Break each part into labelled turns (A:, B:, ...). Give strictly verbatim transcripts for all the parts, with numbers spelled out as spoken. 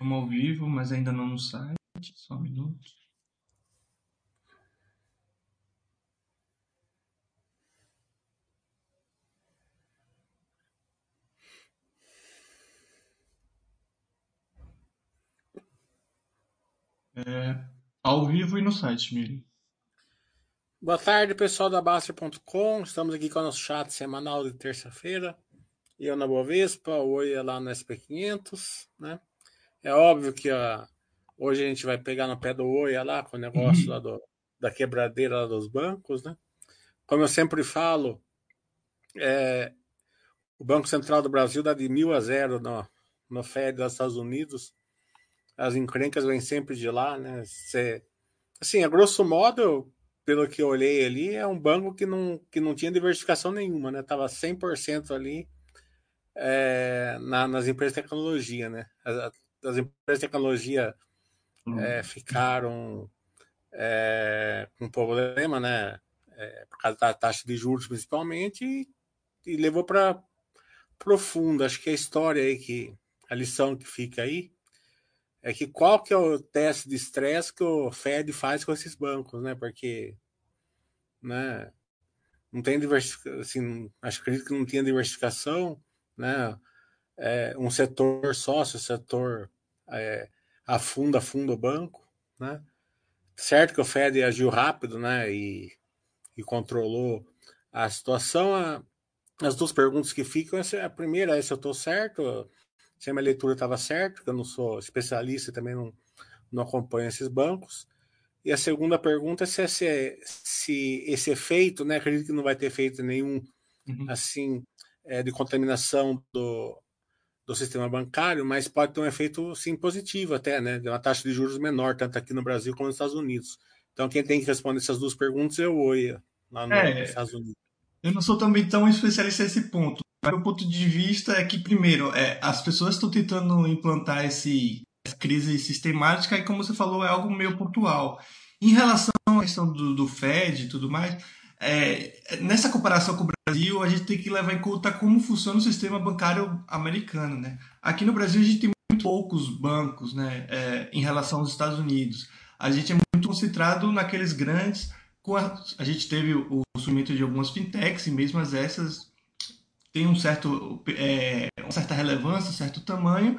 A: Estamos ao vivo, mas ainda não no site. Só um minuto. É, ao vivo e no site, Mili.
B: Boa tarde, pessoal da Baster ponto com. Estamos aqui com o nosso chat semanal de terça-feira. Eu na Bovespa, o Oi é lá no S P quinhentos, né? É óbvio que ó, hoje a gente vai pegar no pé do Oi lá com o negócio lá do, da quebradeira lá dos bancos, né? Como eu sempre falo, é, o Banco Central do Brasil dá de mil a zero no, no Fed dos Estados Unidos. As encrencas vêm sempre de lá, né? Cê, assim, a grosso modo, pelo que eu olhei ali, é um banco que não, que não tinha diversificação nenhuma, né? Tava cem por cento ali é, na, nas empresas de tecnologia, né? As, as empresas de tecnologia é, ficaram é, com problema, né? É, por causa da taxa de juros principalmente, e, e levou para profundo. Acho que a história aí, que a lição que fica aí, é que qual que é o teste de estresse que o Fed faz com esses bancos, né? Porque, né, não tem diversificação, assim, acho que não tinha diversificação, né? É, um setor sócio, setor é, afunda, afunda o banco, né? Certo que o Fed agiu rápido, né? E, e controlou a situação. A, as duas perguntas que ficam, essa, a primeira é se eu estou certo, se a minha leitura estava certa, porque eu não sou especialista e também não, não acompanho esses bancos. E a segunda pergunta é se, esse, se esse efeito, né? Acredito que não vai ter efeito nenhum
A: Uhum.
B: assim é, de contaminação do, do sistema bancário, mas pode ter um efeito sim positivo até, né? De uma taxa de juros menor, tanto aqui no Brasil como nos Estados Unidos. Então quem tem que responder essas duas perguntas é o Oi, lá no, nos
A: É,
B: Estados Unidos.
A: eu não sou também tão especialista nesse ponto. Mas meu ponto de vista é que, primeiro, é, as pessoas estão tentando implantar esse, essa crise sistemática e, como você falou, é algo meio pontual. Em relação à questão do, do Fed e tudo mais, é, nessa comparação com o Brasil, a gente tem que levar em conta como funciona o sistema bancário americano, né? Aqui no Brasil, a gente tem muito poucos bancos, né, é, em relação aos Estados Unidos. A gente é muito concentrado naqueles grandes. Com a, a gente teve o, o surgimento de algumas fintechs e mesmo essas têm um certo, é, uma certa relevância, um certo tamanho,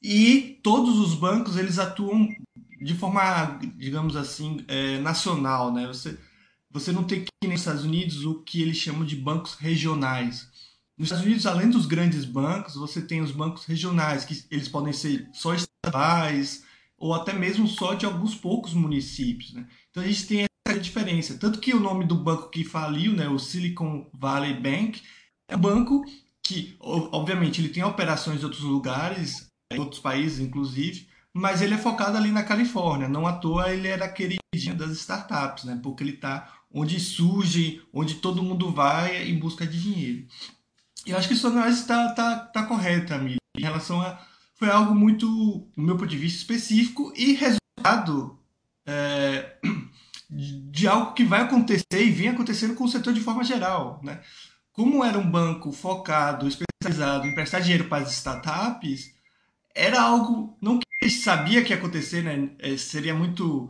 A: e todos os bancos eles atuam de forma, digamos assim, é, nacional, né? Você, você não tem que nos Estados Unidos o que eles chamam de bancos regionais. Nos Estados Unidos, além dos grandes bancos, você tem os bancos regionais, que eles podem ser só estaduais ou até mesmo só de alguns poucos municípios, né? Então a gente tem essa diferença. Tanto que o nome do banco que faliu, né, o Silicon Valley Bank, é um banco que, obviamente, ele tem operações em outros lugares, em outros países, inclusive, mas ele é focado ali na Califórnia. Não à toa ele era queridinho das startups, né? Porque ele está onde surge, onde todo mundo vai em busca de dinheiro. E eu acho que sua análise está tá, tá correta, amigo. Em relação a. Foi algo muito, do meu ponto de vista, específico e resultado é, de algo que vai acontecer e vem acontecendo com o setor de forma geral, né? Como era um banco focado, especializado em prestar dinheiro para as startups, era algo não que a gente sabia que ia acontecer, né? É, seria muito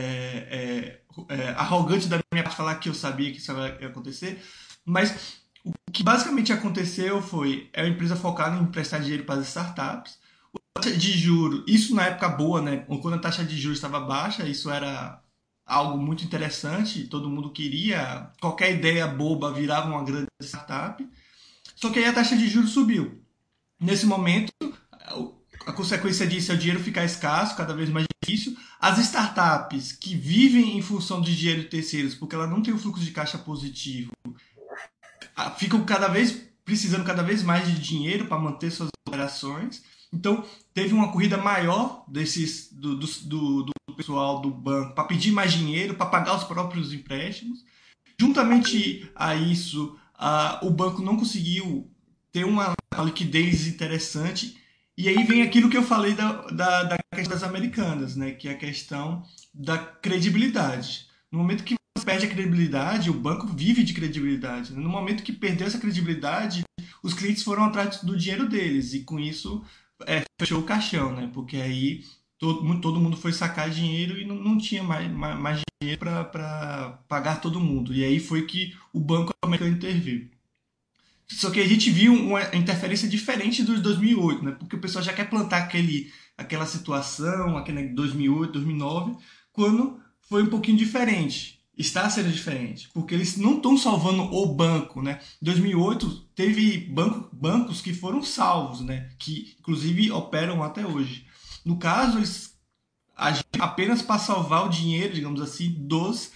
A: é, é, é, arrogante da minha parte falar que eu sabia que isso ia acontecer, mas o que basicamente aconteceu foi é uma empresa focada em prestar dinheiro para as startups. A taxa de juros, isso na época boa, né? Quando a taxa de juros estava baixa, isso era algo muito interessante, todo mundo queria, qualquer ideia boba virava uma grande startup. Só que aí a taxa de juros subiu. Nesse momento, a consequência disso é o dinheiro ficar escasso, cada vez mais difícil. As startups que vivem em função de dinheiro de terceiros, porque ela não tem um fluxo de caixa positivo, ficam cada vez precisando cada vez mais de dinheiro para manter suas operações. Então, teve uma corrida maior desses do, do, do, do pessoal do banco para pedir mais dinheiro, para pagar os próprios empréstimos. Juntamente a isso, a, o banco não conseguiu ter uma, uma liquidez interessante. E aí vem aquilo que eu falei da, da, da questão das americanas, né? Que é a questão da credibilidade. No momento que você perde a credibilidade, o banco vive de credibilidade. No momento que perdeu essa credibilidade, os clientes foram atrás do dinheiro deles e com isso é, fechou o caixão, né? Porque aí todo, todo mundo foi sacar dinheiro e não, não tinha mais, mais, mais dinheiro para pagar todo mundo. E aí foi que o Banco Americano interveio. Só que a gente viu uma interferência diferente dos dois mil e oito, né? Porque o pessoal já quer plantar aquele, aquela situação, aquele dois mil e oito, dois mil e nove, quando foi um pouquinho diferente. Está sendo diferente, porque eles não estão salvando o banco, né? Em dois mil e oito teve banco, bancos que foram salvos, né? Que inclusive operam até hoje. No caso, eles agem apenas para salvar o dinheiro, digamos assim, dos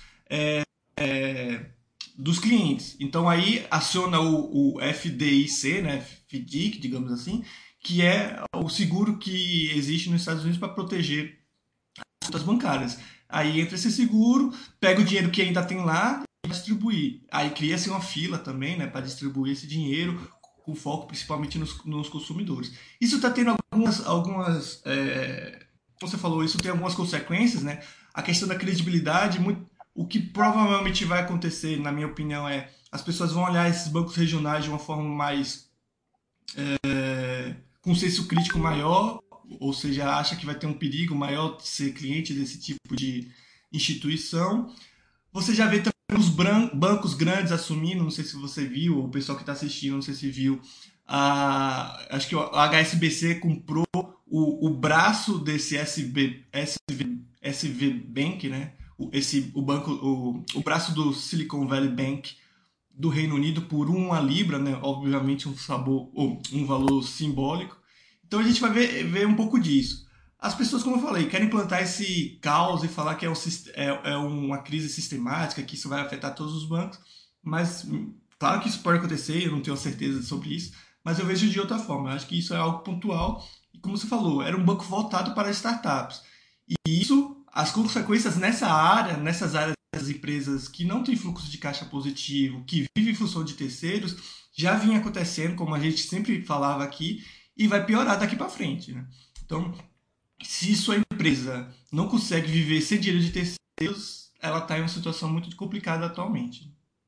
A: dos clientes. Então aí aciona o, o F D I C, né, F D I C, digamos assim, que é o seguro que existe nos Estados Unidos para proteger as contas bancárias. Aí entra esse seguro, pega o dinheiro que ainda tem lá e vai distribuir. Aí cria-se uma fila também, né, para distribuir esse dinheiro, com foco principalmente nos, nos consumidores. Isso está tendo algumas, algumas é, como você falou, isso tem algumas consequências, né? A questão da credibilidade, muito, o que provavelmente vai acontecer, na minha opinião, é as pessoas vão olhar esses bancos regionais de uma forma mais é, com um senso crítico maior, ou seja, acha que vai ter um perigo maior de ser cliente desse tipo de instituição. Você já vê também os bancos grandes assumindo, não sei se você viu, ou o pessoal que está assistindo, não sei se viu, a, acho que o H S B C comprou o, o braço desse S B, S V, S V Bank, né? O, esse, o banco, o, o braço do Silicon Valley Bank do Reino Unido por uma libra, né? Obviamente um sabor, ou um valor simbólico. Então a gente vai ver, ver um pouco disso. As pessoas, como eu falei, querem plantar esse caos e falar que é, um, é, é uma crise sistemática, que isso vai afetar todos os bancos, mas claro que isso pode acontecer, eu não tenho certeza sobre isso, mas eu vejo de outra forma. Eu acho que isso é algo pontual e, como você falou, era um banco voltado para startups. E isso, as consequências nessa área, nessas áreas das empresas que não têm fluxo de caixa positivo, que vivem em função de terceiros, já vinha acontecendo, como a gente sempre falava aqui, e vai piorar daqui para frente, né? Então, se sua empresa não consegue viver sem dinheiro de terceiros, ela está em uma situação muito complicada atualmente.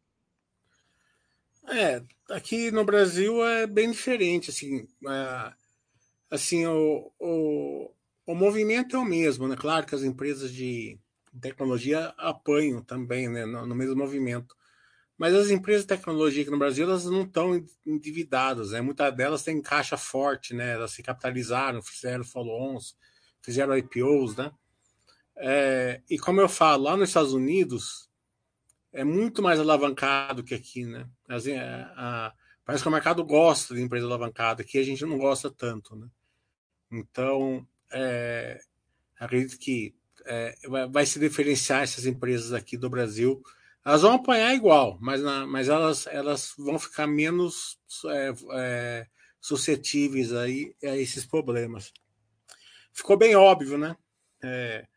B: É, aqui no Brasil é bem diferente, assim, é, assim o, o, o movimento é o mesmo, né? Claro que as empresas de tecnologia apanham também, né, no, no mesmo movimento. Mas as empresas de tecnologia aqui no Brasil, elas não estão endividadas, né? Muitas delas têm caixa forte, né? Elas se capitalizaram, fizeram follow-ons, fizeram I P Os, né? É, e como eu falo, lá nos Estados Unidos é muito mais alavancado que aqui, né? Assim, é, a, parece que o mercado gosta de empresa alavancada, aqui a gente não gosta tanto, né? Então, é, acredito que é, vai, vai se diferenciar essas empresas aqui do Brasil. Elas vão apanhar igual, mas, na, mas elas, elas vão ficar menos é, é, suscetíveis aí a esses problemas. Ficou bem óbvio, né? É,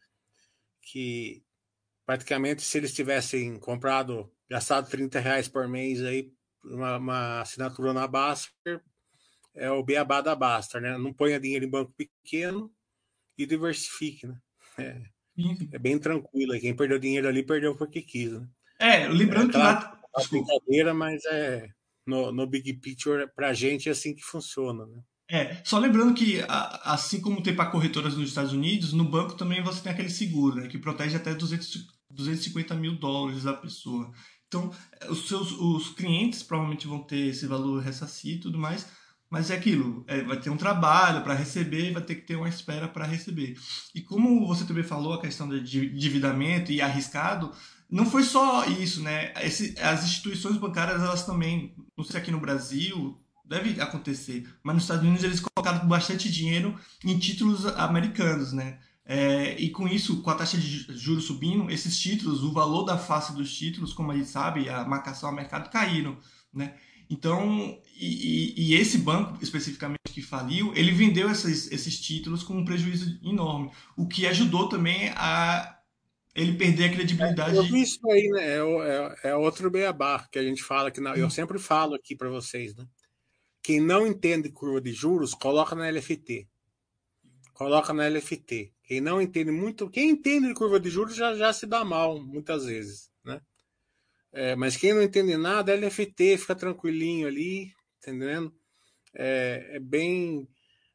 B: que praticamente se eles tivessem comprado, gastado trinta reais por mês aí, uma, uma assinatura na Baster, é o beabá da Baster, né? Não ponha dinheiro em banco pequeno e diversifique, né? É,
A: Enfim.
B: é bem tranquilo. Quem perdeu dinheiro ali perdeu porque quis, né?
A: É,
B: É
A: lembrando que
B: claro,
A: lá.
B: é uma
A: Desculpa.
B: brincadeira, mas é no, no big picture pra gente é assim que funciona, né?
A: É, só lembrando que, a- assim como tem para corretoras nos Estados Unidos, no banco também você tem aquele seguro, né, que protege até duzentos, duzentos e cinquenta mil dólares a pessoa. Então, é, os seus os clientes provavelmente vão ter esse valor ressarcido e tudo mais, mas é aquilo, é, vai ter um trabalho para receber e vai ter que ter uma espera para receber. E como você também falou, a questão de di- endividamento e arriscado, não foi só isso, né? Esse, as instituições bancárias, elas também, não sei se aqui no Brasil, deve acontecer. Mas nos Estados Unidos eles colocaram bastante dinheiro em títulos americanos, né? É, e com isso, com a taxa de juros subindo, esses títulos, o valor da face dos títulos, como a gente sabe, a marcação ao mercado caíram, né? Então, e, e, e esse banco especificamente que faliu, ele vendeu esses, esses títulos com um prejuízo enorme, o que ajudou também a ele perder a
B: Eu
A: credibilidade.
B: vi isso aí, né? É, o- é, é outro beabá que a gente fala que não, eu
A: De...
B: sempre falo aqui para vocês, né? Quem não entende curva de juros, coloca na L F T. Coloca na L F T. Quem não entende muito, quem entende de curva de juros já, já se dá mal muitas vezes, né? É, mas quem não entende nada, L F T, fica tranquilinho ali, entendendo? É, é bem.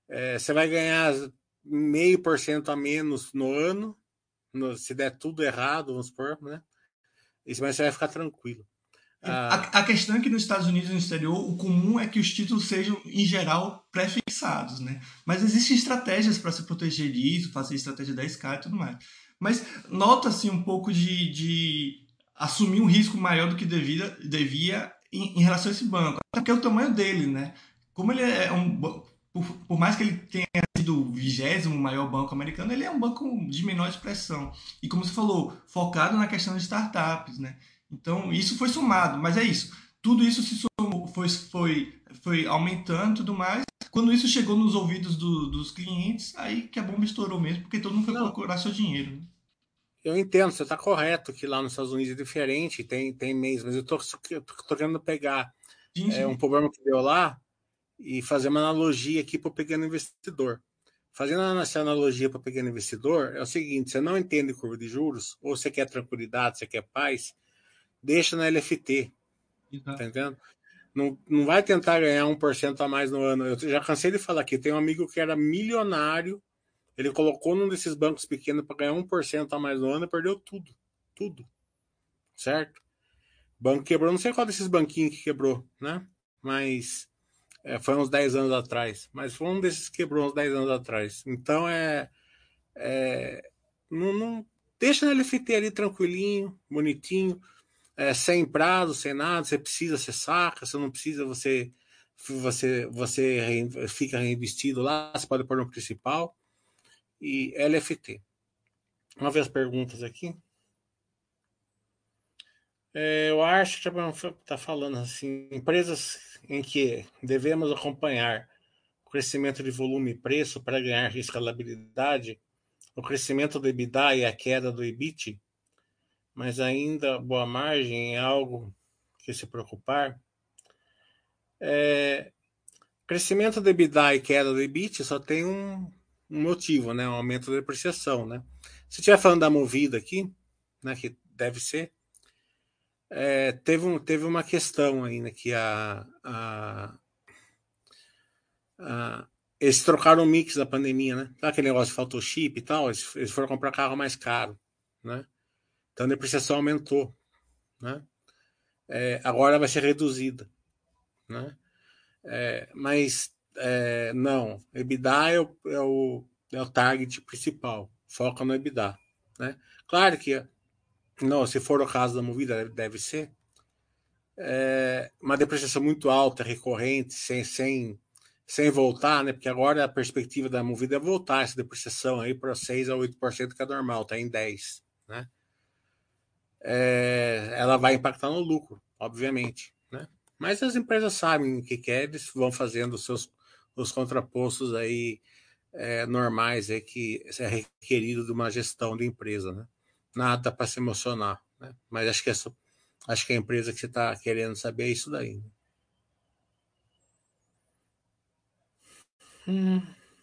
B: É, você vai ganhar meio por cento a menos no ano, no, se der tudo errado, vamos supor, né? Isso, mas você vai ficar tranquilo. Ah,
A: A, a questão é que nos Estados Unidos e no exterior, o comum é que os títulos sejam, em geral, pré-fixados, né? Mas existem estratégias para se proteger disso, fazer estratégia da Sky e tudo mais. Mas nota-se um pouco de, de assumir um risco maior do que devia, devia em, em relação a esse banco. Até porque é o tamanho dele, né? Como ele é um... Por, por mais que ele tenha sido o vigésimo maior banco americano, ele é um banco de menor expressão. E como você falou, focado na questão de startups, né? Então, isso foi somado, mas é isso. Tudo isso se somou, foi, foi, foi aumentando e tudo mais. Quando isso chegou nos ouvidos do, dos clientes, aí que a bomba estourou mesmo, porque todo mundo foi
B: não,
A: procurar seu dinheiro. Né?
B: eu entendo, você está correto que lá nos Estados Unidos é diferente, tem, tem mês, mas eu tô, eu tô querendo pegar
A: Sim,
B: é, um
A: sim.
B: problema que deu lá e fazer uma analogia aqui para o pequeno investidor. Fazendo essa analogia para o pequeno investidor, é o seguinte: você não entende curva de juros, ou você quer tranquilidade, você quer paz, deixa na L F T, tá
A: Exato.
B: entendendo? Não, não vai tentar ganhar um por cento a mais no ano. Eu já cansei de falar aqui, tem um amigo que era milionário, ele colocou num desses bancos pequenos para ganhar um por cento a mais no ano e perdeu tudo. Tudo, certo? O banco quebrou, não sei qual desses banquinhos que quebrou, né? Mas é, foi uns dez anos atrás. Mas foi um desses que quebrou uns dez anos atrás. Então é. é não, não, deixa na L F T ali tranquilinho, bonitinho, é, sem prazo, sem nada. Você precisa, você saca. Você não precisa, você você você fica reinvestido lá. Você pode pôr no principal. E L F T. Vamos ver as perguntas aqui. É, eu acho que está falando assim, empresas em que devemos acompanhar o crescimento de volume e preço para ganhar escalabilidade, o crescimento do EBITDA e a queda do E B I T, mas ainda boa margem é algo que se preocupar. É, crescimento do EBITDA e queda do E B I T só tem um, um motivo, né? Um aumento da depreciação, né? Se estiver falando da Movida aqui, né, que deve ser, é, teve, um, teve uma questão aí, né, que a, a, a eles trocaram o mix da pandemia, né? Sabe aquele negócio de faltou chip e tal? Eles, eles foram comprar carro mais caro, né? Então a depreciação aumentou, né? É, agora vai ser reduzida, né? É, mas é, não, EBITDA é o, é, o, é o target principal, foca no EBITDA, né? Claro que não, se for o caso da Movida, deve, deve ser é, uma depreciação muito alta, recorrente, sem, sem, sem voltar, né? Porque agora a perspectiva da Movida é voltar essa depreciação aí para seis a oito por cento que é normal, está em dez por cento, né? É, ela vai impactar no lucro, obviamente, né? Mas as empresas sabem o que querem, eles vão fazendo os seus os contrapostos aí é, normais aí que é requerido de uma gestão de empresa, né? Nada para se emocionar, né? Mas acho que essa, acho que a empresa que você está querendo saber é isso daí. Né? Hum.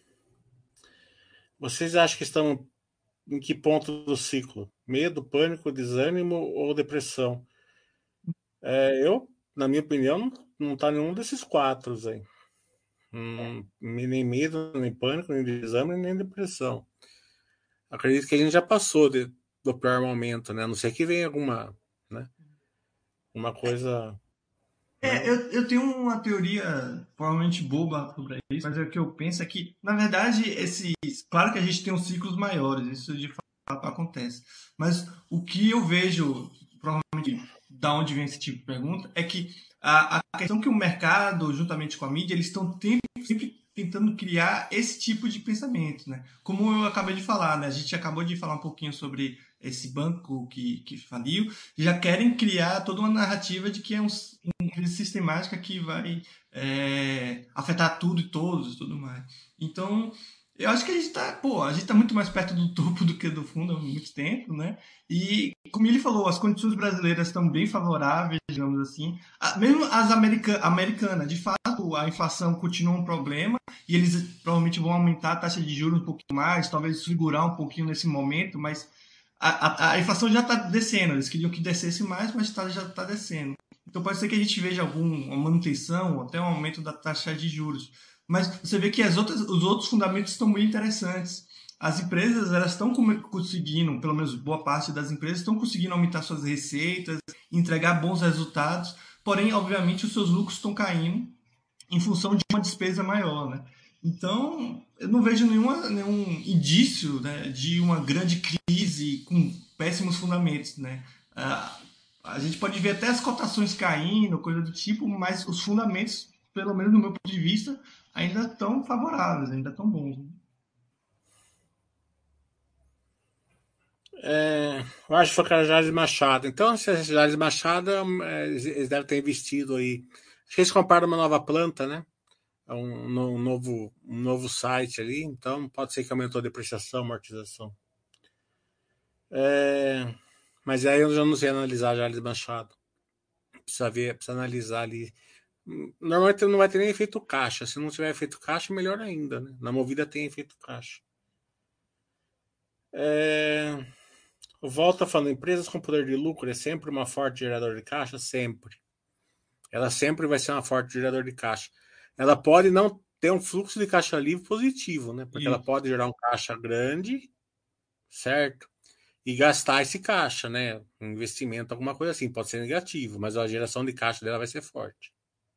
B: Vocês acham que estão em que ponto do ciclo? Medo, pânico, desânimo ou depressão? É, eu, na minha opinião, não está nenhum desses quatro aí. Hum, nem medo, nem pânico, nem desânimo, nem depressão. Acredito que a gente já passou de, do pior momento, né? A não ser que venha alguma, né? Uma coisa,
A: É,
B: né?
A: eu, eu tenho uma teoria provavelmente boba sobre isso, mas é o que eu penso é que, na verdade, esses. Claro que a gente tem uns ciclos maiores, isso de fato acontece. Mas o que eu vejo, provavelmente, da onde vem esse tipo de pergunta, é que a, a questão que o mercado, juntamente com a mídia, eles estão sempre tentando criar esse tipo de pensamento, né? Como eu acabei de falar, né? A gente acabou de falar um pouquinho sobre esse banco que, que faliu, já querem criar toda uma narrativa de que é um, uma crise sistemática que vai é, afetar tudo e todos e tudo mais. Então, eu acho que a gente está, pô, a gente tá muito mais perto do topo do que do fundo há muito tempo, né? E, como ele falou, as condições brasileiras estão bem favoráveis, digamos assim. A, mesmo as america, americanas, de fato, a inflação continua um problema e eles provavelmente vão aumentar a taxa de juros um pouquinho mais, talvez segurar um pouquinho nesse momento, mas a, a, a inflação já está descendo. Eles queriam que descesse mais, mas tá, já está descendo. Então pode ser que a gente veja alguma manutenção ou até um aumento da taxa de juros. Mas você vê que as outras, os outros fundamentos estão muito interessantes. As empresas elas estão conseguindo, pelo menos boa parte das empresas estão conseguindo aumentar suas receitas, entregar bons resultados, porém, obviamente, os seus lucros estão caindo em função de uma despesa maior, né? Então, eu não vejo nenhuma, nenhum indício, né, de uma grande crise com péssimos fundamentos, né? Ah, a gente pode ver até as cotações caindo, coisa do tipo, mas os fundamentos, pelo menos no meu ponto de vista, ainda estão favoráveis, ainda estão bons. Né?
B: É, eu acho que foi a Jales Machado. Então, se a Jales Machado, é, eles devem ter investido aí. Acho que eles compraram uma nova planta, né? É um, um novo, um novo site ali. Então, pode ser que aumentou a depreciação, amortização. É, mas aí eu já não sei analisar a Jales Machado. Precisa ver, precisa analisar ali. Normalmente não vai ter nem efeito caixa. Se não tiver efeito caixa, melhor ainda, né? Na Movida tem efeito caixa. É... Volta falando, empresas com poder de lucro é sempre uma forte gerador de caixa? Sempre. Ela sempre vai ser uma forte gerador de caixa. Ela pode não ter um fluxo de caixa livre positivo, né? Porque ela
A: Isso.
B: pode gerar um caixa grande, certo? E gastar esse caixa, né? Um investimento, alguma coisa assim. Pode ser negativo, mas a geração de caixa dela vai ser forte.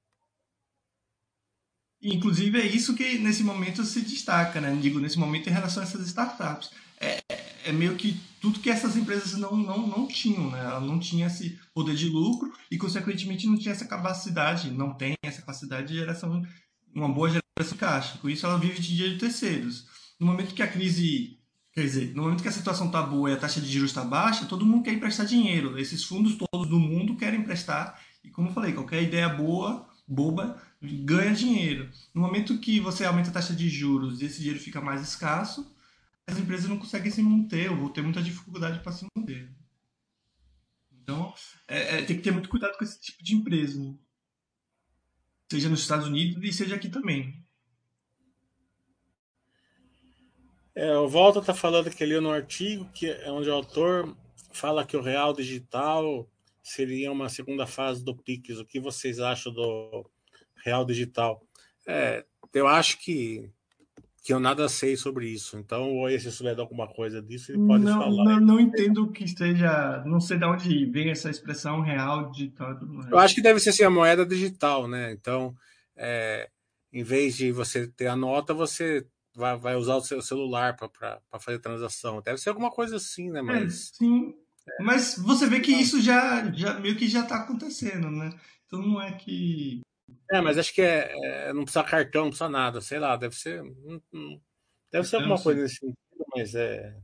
A: Inclusive é isso que nesse momento se destaca, né? Digo, nesse momento em relação a essas startups. É, é meio que tudo que essas empresas não, não, não tinham, né? Ela não tinha esse poder de lucro e, consequentemente, não tinha essa capacidade, não tem essa capacidade de geração, uma boa geração de caixa. Com isso, ela vive de dinheiro de terceiros. No momento que a crise, quer dizer, no momento que a situação está boa e a taxa de juros está baixa, todo mundo quer emprestar dinheiro. Esses fundos todos do mundo querem emprestar. E, como eu falei, qualquer ideia boa, boba, ganha dinheiro. No momento que você aumenta a taxa de juros e esse dinheiro fica mais escasso, as empresas não conseguem se manter ou vão ter muita dificuldade para se manter. Então, é, é, tem que ter muito cuidado com esse tipo de empresa, né? Seja nos Estados Unidos e seja aqui também.
B: É, o Volta está falando que leu no artigo que é onde o autor fala que o real digital seria uma segunda fase do Pix. O que vocês acham do real digital? É, eu acho que, que eu nada sei sobre isso. Então, ou se souber de alguma coisa disso, ele pode
A: Não,
B: falar.
A: não, não entendo que esteja. Não sei de onde vem essa expressão real digital e tudo
B: Eu
A: mais.
B: acho que deve ser assim, a moeda digital, né? Então, é, em vez de você ter a nota, você vai, vai usar o seu celular para fazer transação. Deve ser alguma coisa assim, né?
A: É,
B: Mas.
A: sim. Mas você vê que isso já, já meio que já está acontecendo, né? Então não é que.
B: É, mas acho que é, é, não precisa cartão, não precisa nada, sei lá, deve ser. hum, hum, Deve ser
A: Eu não
B: alguma
A: sei.
B: coisa nesse sentido, mas é.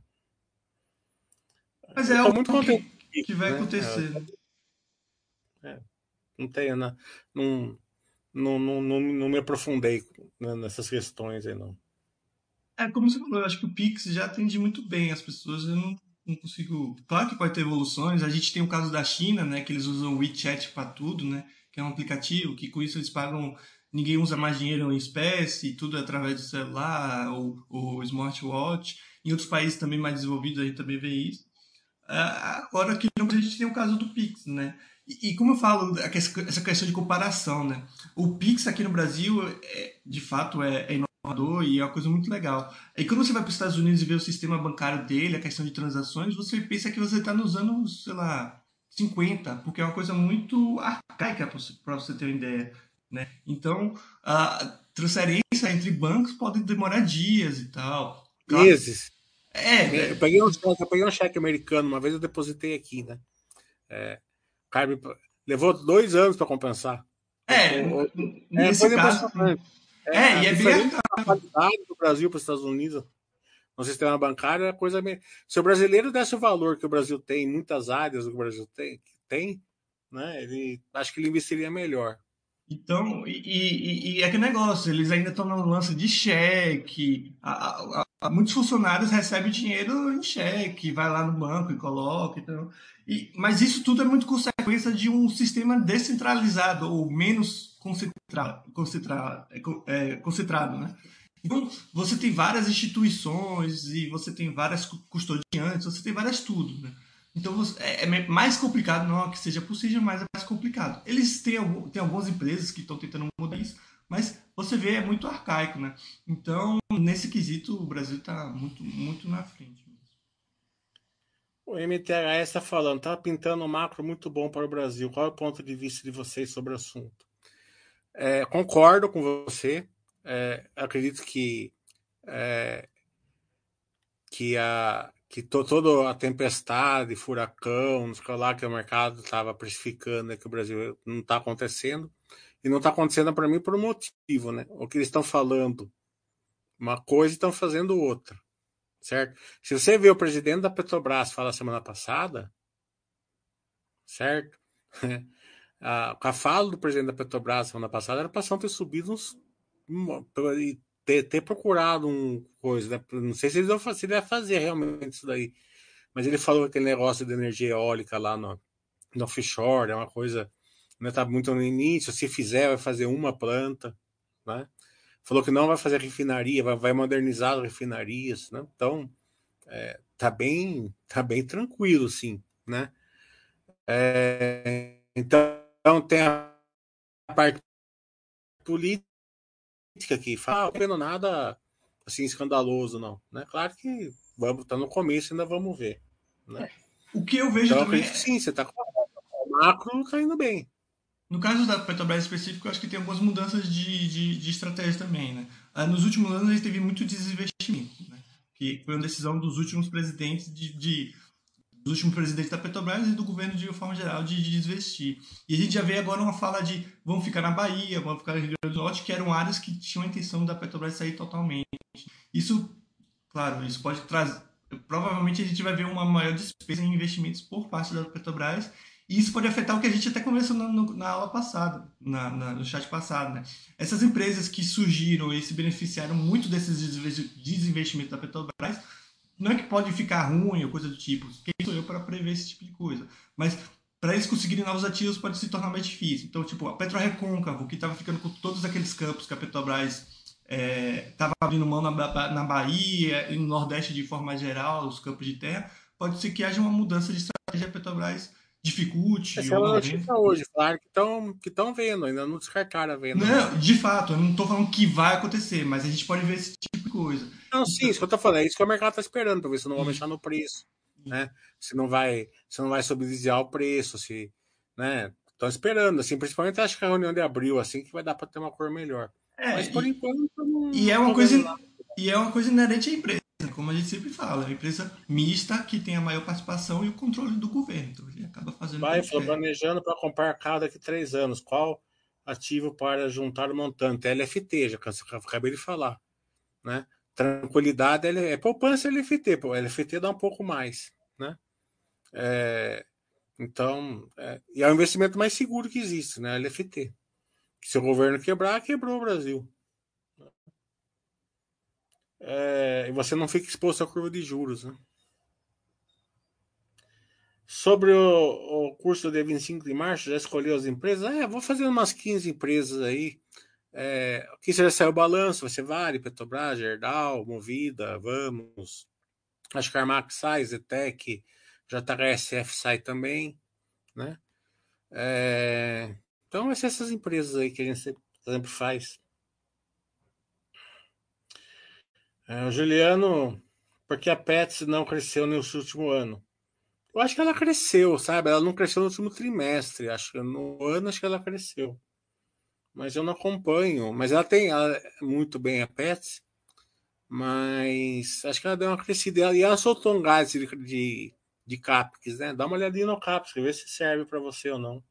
A: Mas
B: Eu
A: é
B: estou
A: algo
B: muito contente
A: que,
B: com
A: que
B: isso,
A: vai
B: né?
A: acontecer.
B: É, é, não tenho, né? Não, não, não, não, não me aprofundei, né, nessas questões aí, não.
A: É como você falou, eu acho que o Pix já atende muito bem as pessoas. Eu não, não consigo. Claro que pode ter evoluções. A gente tem o caso da China, né? Que eles usam o WeChat para tudo, né? Que é um aplicativo que com isso eles pagam. Ninguém usa mais dinheiro em espécie, tudo é através do celular ou, ou smartwatch. Em outros países também mais desenvolvidos a gente também vê isso. Ah, agora aqui no Brasil a gente tem o caso do Pix, né? E, e como eu falo, essa questão de comparação, né? O Pix aqui no Brasil, é, de fato, é, é inovador e é uma coisa muito legal. Aí quando você vai para os Estados Unidos e vê o sistema bancário dele, a questão de transações, você pensa que você está usando, sei lá, cinquenta, porque é uma coisa muito arcaica para você ter uma ideia, né? Então, a transferência entre bancos pode demorar dias e tal. Claro,
B: Meses.
A: é,
B: Eu
A: é,
B: peguei um cheque, eu peguei um cheque americano, uma vez eu depositei aqui, né? O cara me- levou dois anos para compensar.
A: é,
B: É
A: nesse
B: coisa
A: caso, sim.
B: impressionante. É,
A: É,
B: a
A: e é bem
B: diferença
A: arcaico.
B: da qualidade do Brasil para os Estados Unidos no sistema bancário é coisa. me- Se o brasileiro desse o valor que o Brasil tem em muitas áreas do que o Brasil tem, tem, né? Ele acho que ele investiria melhor.
A: Então, e, e, e é aquele negócio, eles ainda estão no lance de cheque. A, a, a, muitos funcionários recebem dinheiro em cheque, vai lá no banco e coloca. Então, e, mas isso tudo é muito consequência de um sistema descentralizado ou menos concentrado, concentrado, é, concentrado, né? Então, você tem várias instituições e você tem várias custodiantes, você tem várias tudo, né? Então você- é, é mais complicado, não que seja possível, mas é mais complicado. Eles têm, algum, têm algumas empresas que estão tentando mudar isso, mas você vê, é muito arcaico, né? Então, nesse quesito, o Brasil está muito, muito na frente.
B: O M T H S está falando, está pintando um macro muito bom para o Brasil. Qual é o ponto de vista de vocês sobre o assunto? É, concordo com você. É, acredito que é, que a que to, toda a tempestade, furacão, não sei o que lá que o mercado estava precificando, né, que o Brasil não está acontecendo. E não está acontecendo para mim por um motivo, né? O que eles estão falando uma coisa e estão fazendo outra, certo? Se você vê o presidente da Petrobras falar semana passada, certo? A, a fala do presidente da Petrobras semana passada era para ter subido uns. E ter, ter procurado um coisa, né? Não sei se ele, vai, se ele vai fazer realmente isso daí, mas ele falou que aquele negócio de energia eólica lá no, no offshore é uma coisa. Não está muito no início. Se fizer, vai fazer uma planta, né? Falou que não vai fazer refinaria, vai, vai modernizar as refinarias, né? Então, é, tá bem, tá bem tranquilo, sim, né? É, então tem a parte política que fala, não vendo nada assim escandaloso, não, né? Claro que vamos, tá no começo, ainda vamos ver, né?
A: O que eu vejo
B: Então, eu
A: também
B: acredito que
A: é,
B: sim, você tá com o macro tá indo bem.
A: no caso da Petrobras específico, eu acho que tem algumas mudanças de, de, de estratégia também, né? Ah, nos últimos anos a gente teve muito desinvestimento, né? Que foi uma decisão dos últimos presidentes de, de dos últimos presidentes da Petrobras e do governo de forma geral de, de desvestir. E a gente já vê agora uma fala de vamos ficar na Bahia, vamos ficar no Rio Grande do Norte, que eram áreas que tinham a intenção da Petrobras sair totalmente. Isso, claro, isso pode trazer. Provavelmente a gente vai ver uma maior despesa em investimentos por parte da Petrobras, e isso pode afetar o que a gente até conversou na, no, na aula passada, na, na, no chat passado. Né? Essas empresas que surgiram e se beneficiaram muito desses desinvestimentos da Petrobras, não é que pode ficar ruim ou coisa do tipo, quem sou eu para prever esse tipo de coisa, mas para eles conseguirem novos ativos pode se tornar mais difícil. Então, tipo, a PetroRecôncavo, que estava ficando com todos aqueles campos que a Petrobras estava é, abrindo mão na, na Bahia e no Nordeste de forma geral, os campos de terra, pode ser que haja uma mudança de estratégia da Petrobras, dificulte
B: Essa é
A: ou
B: uma
A: não venha.
B: notícia hoje, claro que estão que estão vendo, ainda não descartaram a venda, não.
A: Não, de fato, eu não estou falando que vai acontecer, mas a gente pode ver esse tipo de coisa.
B: Não, sim,
A: Então,
B: isso que eu tô falando, é isso que o mercado tá esperando, para ver se não vai
A: isso,
B: mexer no preço,
A: isso.
B: né? Se não vai, se não vai subsidiar o preço, se, né? Estão esperando, assim, principalmente acho que a reunião de abril, assim, que vai dar para ter uma cor melhor. Mas
A: É,
B: por
A: e,
B: enquanto eu não,
A: E é
B: não
A: uma
B: tô
A: coisa,
B: vendo nada.
A: e é uma coisa inerente à empresa, como a gente sempre fala, é uma empresa mista que tem a maior participação e o controle do governo. Então ele acaba fazendo o que
B: Vai,
A: ele
B: falou,
A: quer.
B: planejando para comprar a cada daqui a três anos. Qual ativo para juntar o montante? L F T, já acabei de falar, né? Tranquilidade é poupança L F T, pô, L F T dá um pouco mais, né? É, então, é, e é o investimento mais seguro que existe, né? L F T. Se o governo quebrar, quebrou o Brasil. É, e você não fica exposto à curva de juros, né? Sobre o, o curso do dia vinte e cinco de março, já escolheu as empresas? É, vou fazer umas quinze empresas aí. É, aqui já saiu o balanço, vai ser Vale, Petrobras, Gerdau, Movida, Vamos. Acho que a Armac sai, Zetec, J H S F sai também, né? É, então, vai ser essas empresas aí que a gente sempre faz. É, o Juliano, porque a Pets não cresceu nesse último ano? Eu acho que ela cresceu, sabe? Ela não cresceu no último trimestre. Acho que no ano acho que ela cresceu. Mas eu não acompanho. Mas ela tem ela, muito bem a Pets, mas acho que ela deu uma crescida. E ela soltou um gás de, de, de CAPEX, né? Dá uma olhadinha no CAPEX, ver se serve para você ou não.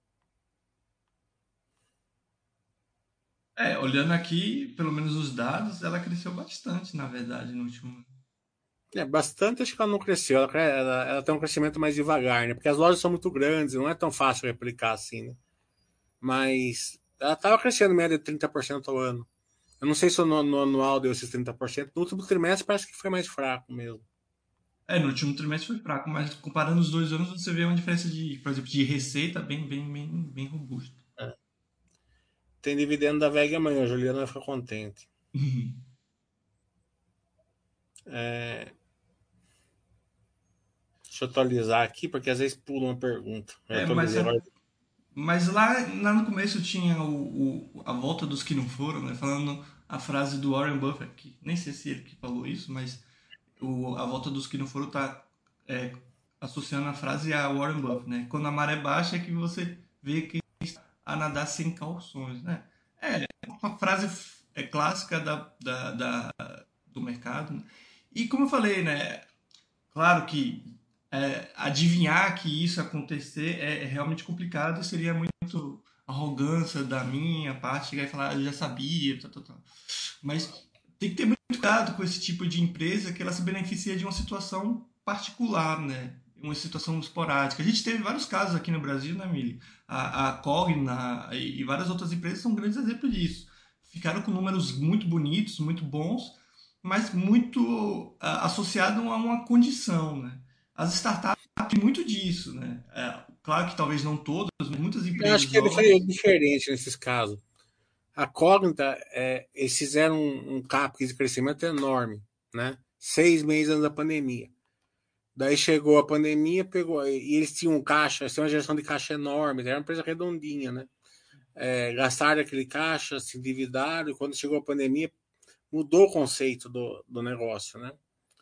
A: É, olhando aqui, pelo menos os dados, ela cresceu bastante, na verdade, no último ano.
B: É, bastante acho que ela não cresceu. Ela, ela, ela tem um crescimento mais devagar, né? Porque as lojas são muito grandes, não é tão fácil replicar assim, né? Mas ela estava crescendo média de trinta por cento ao ano. Eu não sei se no, no anual deu esses trinta por cento. No último trimestre parece que foi mais fraco mesmo.
A: É, no último trimestre foi fraco, mas comparando os dois anos, você vê uma diferença de, por exemplo, de receita bem, bem, bem, bem robusta.
B: É. Tem dividendo da V E G amanhã, a Juliana vai ficar contente. É, Deixa eu atualizar aqui, porque às vezes pula uma pergunta. Eu
A: É, mas,
B: atualizei agora.
A: mas lá, lá no começo tinha o, o- a volta dos que não foram, né? Falando a frase do Warren Buffett, que nem sei se ele que falou isso, mas o, a volta dos que não foram tá é, associando a frase a Warren Buffett, né? Quando a maré baixa é que você vê que a nadar sem calções, né? É uma frase é, clássica da, da, da- do mercado, né? E como eu falei, né? Claro que é, adivinhar que isso acontecer é, é realmente complicado e seria muito arrogância da minha parte chegar e falar, "Ah, eu já sabia, tal, tal, tal." Mas tem que ter muito cuidado com esse tipo de empresa que ela se beneficia de uma situação particular, né? Uma situação esporádica. A gente teve vários casos aqui no Brasil, né, Mili? A, a Cogna e, e várias outras empresas são grandes exemplos disso. Ficaram com números muito bonitos, muito bons, mas muito ah, associado a uma condição, né? As startups têm muito disso, né? É, claro que talvez não todas, mas muitas
B: Eu acho
A: empresas
B: que é difer-
A: novas.
B: diferente nesses casos. A Cognita, é, eles fizeram um, um cap de crescimento enorme, né? Seis meses antes da pandemia. Daí chegou a pandemia, pegou. E eles tinham um caixa, eles tinham uma geração de caixa enorme, era uma empresa redondinha, né? É, gastaram aquele caixa, se endividaram, e quando chegou a pandemia, mudou o conceito do, do negócio, né?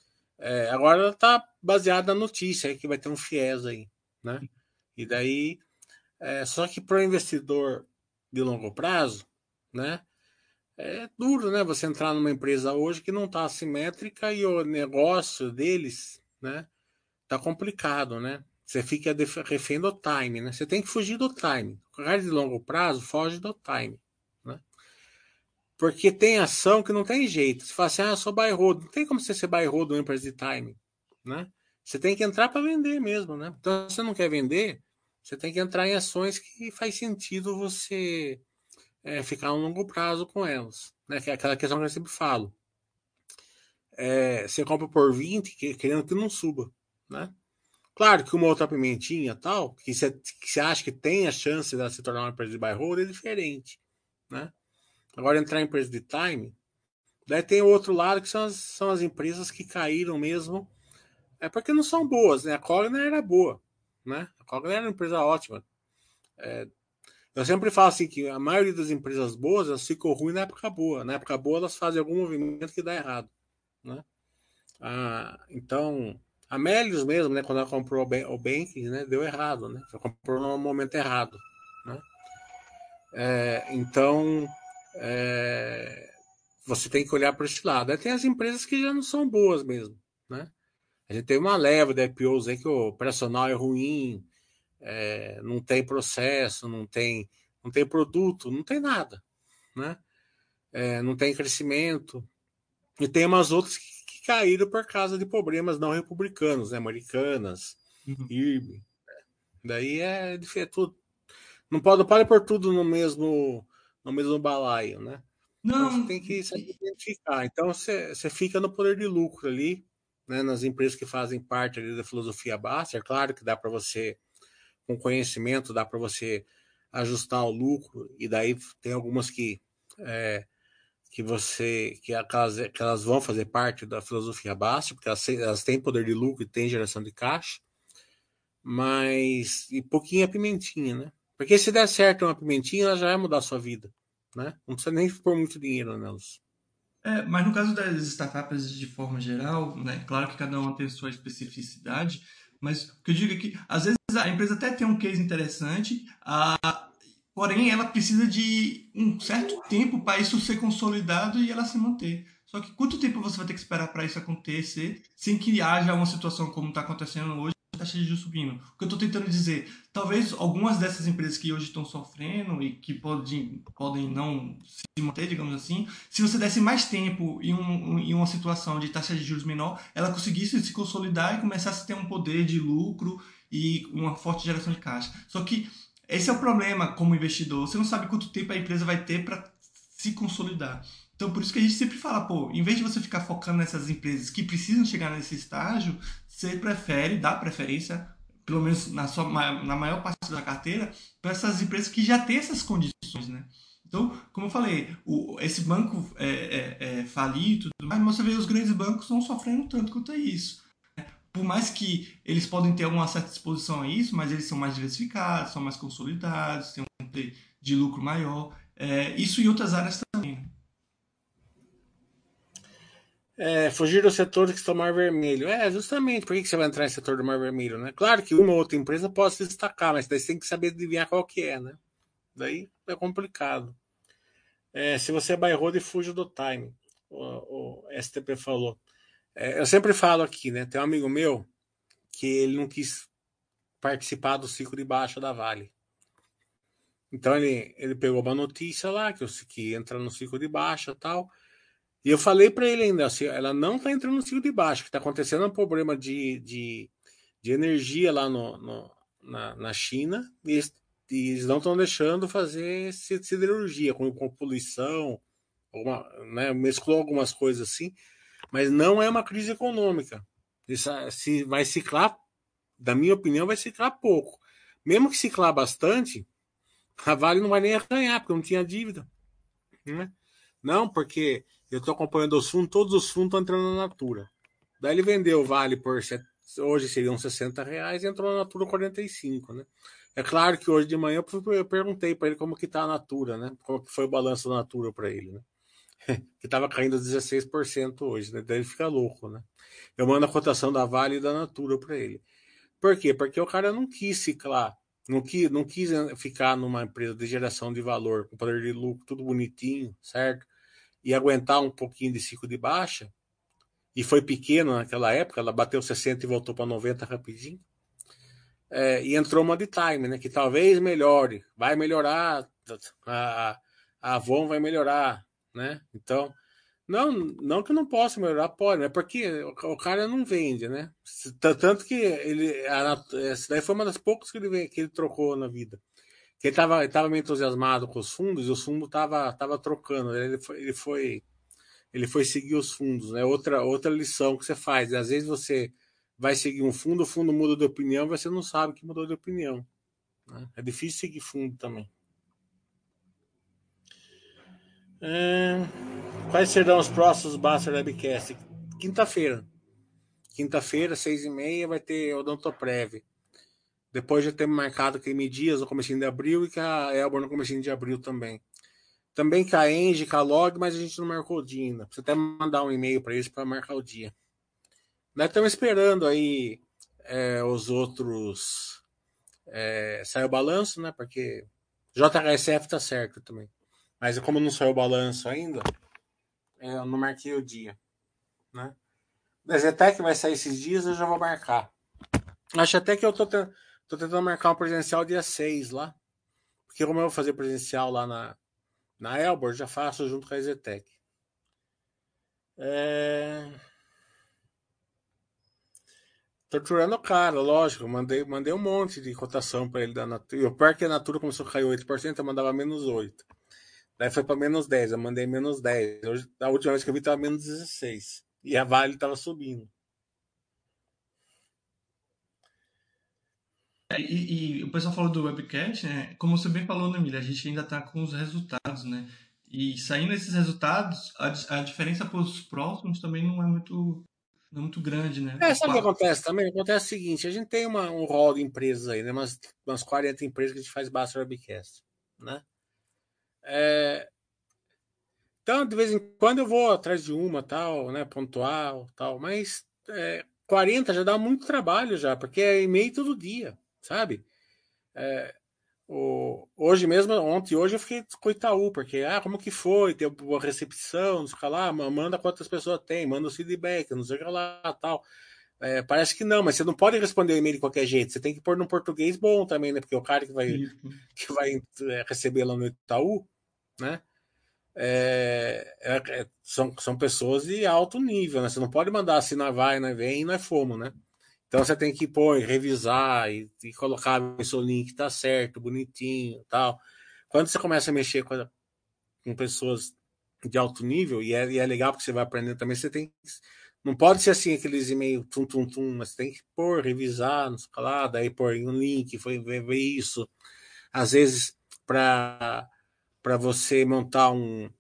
B: É, agora está baseada na notícia aí que vai ter um FIES aí, né? E daí, é, só que para o investidor de longo prazo, né? É duro, né? Você entrar numa empresa hoje que não está assimétrica e o negócio deles, né? Tá complicado, né? Você fica refém do time, né? Você tem que fugir do time. O cara de longo prazo foge do time, né? Porque tem ação que não tem jeito. Você fala assim, ah, eu sou buy hold. Não tem como você ser buy hold numa empresa de time, né? Você tem que entrar para vender mesmo, né? Então, se você não quer vender, você tem que entrar em ações que faz sentido você é, ficar a um longo prazo com elas, né? Que é aquela questão que eu sempre falo. É, você compra por vinte, querendo que não suba, né? Claro que uma outra pimentinha tal, que você, que você acha que tem a chance de se tornar uma empresa de buy hold é diferente, né? Agora entrar em empresa de time, daí tem o outro lado que são as, são as empresas que caíram mesmo, é porque não são boas, né? A Cogna era boa, né? A Cogna era uma empresa ótima. Eu sempre falo assim que a maioria das empresas boas elas ficam ruins na época boa, na época boa elas fazem algum movimento que dá errado, né? Ah, então a Melius mesmo, né? Quando ela comprou o Banking, né? Deu errado, né? Ela comprou no momento errado, né? É, então é, você tem que olhar para esse lado. Aí tem as empresas que já não são boas mesmo, né? A gente tem uma leva de I P Os aí que o operacional é ruim, é, não tem processo, não tem, não tem produto, não tem nada, né? É, não tem crescimento. E tem umas outras que, que caíram por causa de problemas não republicanos, né? Americanas,
A: Uhum.
B: I R B. Daí é, é tudo. Não pode, não pode pôr tudo no mesmo, no mesmo balaio, né? Então você
A: Não,
B: tem que saber identificar. Então você, você fica no poder de lucro ali, né? Nas empresas que fazem parte ali da filosofia Baster. É claro que dá para você, com conhecimento, dá para você ajustar o lucro, e daí tem algumas que é, que você que aquelas, que elas vão fazer parte da filosofia Baster, porque elas, elas têm poder de lucro e têm geração de caixa, mas e pouquinho a pimentinha, né? Porque se der certo uma pimentinha, ela já vai mudar a sua vida, né? Não precisa nem pôr muito dinheiro nelas.
A: é, mas no caso das startups de forma geral, né, claro que cada uma tem sua especificidade, mas o que eu digo é que às vezes a empresa até tem um case interessante, a, porém ela precisa de um certo tempo para isso ser consolidado e ela se manter. Só que quanto tempo você vai ter que esperar para isso acontecer sem que haja uma situação como está acontecendo hoje, a taxa de juros subindo? O que eu estou tentando dizer, talvez algumas dessas empresas que hoje estão sofrendo e que podem, podem não se manter, digamos assim, se você desse mais tempo em, um, em uma situação de taxa de juros menor, ela conseguisse se consolidar e começasse a ter um poder de lucro e uma forte geração de caixa. Só que esse é o problema como investidor. Você não sabe quanto tempo a empresa vai ter para se consolidar. Então, por isso que a gente sempre fala, pô, em vez de você ficar focando nessas empresas que precisam chegar nesse estágio, você prefere, dá preferência, pelo menos na, sua, na maior parte da carteira, para essas empresas que já têm essas condições, né? Então, como eu falei, o, esse banco é, é, é falir e tudo mais, mas você vê os grandes bancos não sofrendo tanto quanto isso. por mais que eles podem ter uma certa exposição a isso, mas eles são mais diversificados, são mais consolidados, têm um poder de lucro maior. É, isso em outras áreas também.
B: É, fugir do setor que estão mar vermelho. É, justamente, por que você vai entrar no setor do mar vermelho, né? Claro que uma ou outra empresa pode se destacar, mas daí você tem que saber adivinhar qual que é, né? Daí é complicado. É, se você bairrou de fuja do time, o, o S T P falou. É, eu sempre falo aqui, né? Tem um amigo meu que ele não quis participar do ciclo de baixa da Vale. Então ele, ele pegou uma notícia lá que, eu, que entra no ciclo de baixa e tal. E eu falei para ele ainda, assim, ela não está entrando no ciclo de baixa, que está acontecendo um problema de, de, de energia lá no, no na, na China, e eles, e eles não estão deixando fazer siderurgia, com, com poluição, alguma, né, mesclou algumas coisas assim, mas não é uma crise econômica. Isso, se vai ciclar, da minha opinião, vai ciclar pouco. Mesmo que ciclar bastante, a Vale não vai nem arranhar, porque não tinha dívida. Né? Não, porque eu estou acompanhando os fundos, todos os fundos estão entrando na Natura. Daí ele vendeu o Vale por, hoje seriam sessenta reais e entrou na Natura quarenta e cinco, né? É claro que hoje de manhã eu perguntei para ele como que tá a Natura, né? Como que foi o balanço da Natura para ele, né? Que estava caindo dezesseis por cento hoje, né? Daí ele fica louco, né? Eu mando a cotação da Vale e da Natura para ele. Por quê? Porque o cara não quis ciclar, não quis, não quis ficar numa empresa de geração de valor, com poder de lucro, tudo bonitinho, certo? E aguentar um pouquinho de ciclo de baixa, e foi pequeno naquela época, ela bateu sessenta e voltou para noventa rapidinho, é, e entrou uma de time, né, que talvez melhore, vai melhorar, a, a Avon vai melhorar, né, então, não, não que não possa melhorar, pode, é porque o cara não vende, né, tanto que ele, a, essa daí foi uma das poucas que ele, que ele trocou na vida, que ele estava ele tava meio entusiasmado com os fundos, e os fundos tava, tava trocando, ele foi, ele foi ele foi seguir os fundos, né? Outra, outra lição que você faz. Às vezes você vai seguir um fundo, o fundo muda de opinião, você não sabe que mudou de opinião. Né? É difícil seguir fundo também. É... Quais serão os próximos Baster Webcast? Quinta-feira. Quinta-feira, seis e meia, vai ter Odontoprev. Depois já temos marcado que a M Dias no comecinho de abril e que a Elbor no comecinho de abril também. Também com a Engie, com a Log, mas a gente não marcou o dia ainda. Precisa até mandar um e-mail para eles para marcar o dia. Nós estamos esperando aí é, os outros. É, saiu o balanço, né? Porque J H S F tá certo também. Mas como não saiu o balanço ainda, é, eu não marquei o dia. Né? Da Zetec vai sair esses dias, eu já vou marcar. Acho até que eu tô, te, tô tentando marcar um presencial dia seis lá. Porque como eu vou fazer presencial lá na, na Elbor, já faço junto com a Zetec. É... Torturando o cara, lógico. Mandei, mandei um monte de cotação para ele da Natura. E o pior que a Natura começou a cair oito por cento, eu mandava menos oito. Daí foi para menos dez, eu mandei menos dez. Hoje, a última vez que eu vi estava menos dezesseis. E a Vale estava subindo.
A: E, e o pessoal falou do webcast, né? Como você bem falou, né, Mila? A gente ainda está com os resultados, né? E saindo esses resultados, a, a diferença para os próximos também não é muito, não é muito grande, né?
B: É,
A: O
B: sabe o que
A: quatro.
B: acontece também? Acontece o seguinte, a gente tem uma, um rol de empresas aí, né? Umas, umas quarenta empresas que a gente faz Basta Webcast, né? É, então, de vez em quando eu vou atrás de uma, tal, né? Pontual, tal. Mas é, quarenta já dá muito trabalho já, porque é e-mail todo dia, sabe? O, hoje mesmo, ontem e hoje eu fiquei com o Itaú, porque, ah, como que foi? Tem uma recepção, não sei o que lá, manda quantas pessoas tem, manda o feedback, não sei o que lá, tal. É, parece que não, mas você não pode responder o e-mail de qualquer jeito, você tem que pôr num português bom também, né? Porque o cara que vai,
A: Isso.
B: que vai é, receber lá no Itaú, né? É, é, é, são, são pessoas de alto nível, né? Você não pode mandar assim, nós vai, nós vem e nós fomos, né? Então você tem que pôr, revisar e, e colocar o seu link tá certo, bonitinho, tal. Quando você começa a mexer com, a, com pessoas de alto nível e é, e é legal porque você vai aprendendo também, você tem não pode ser assim aqueles e-mails tum tum tum, mas você tem que pôr, revisar, não sei lá, daí pôr um link, foi ver, ver isso. Às vezes para para você montar um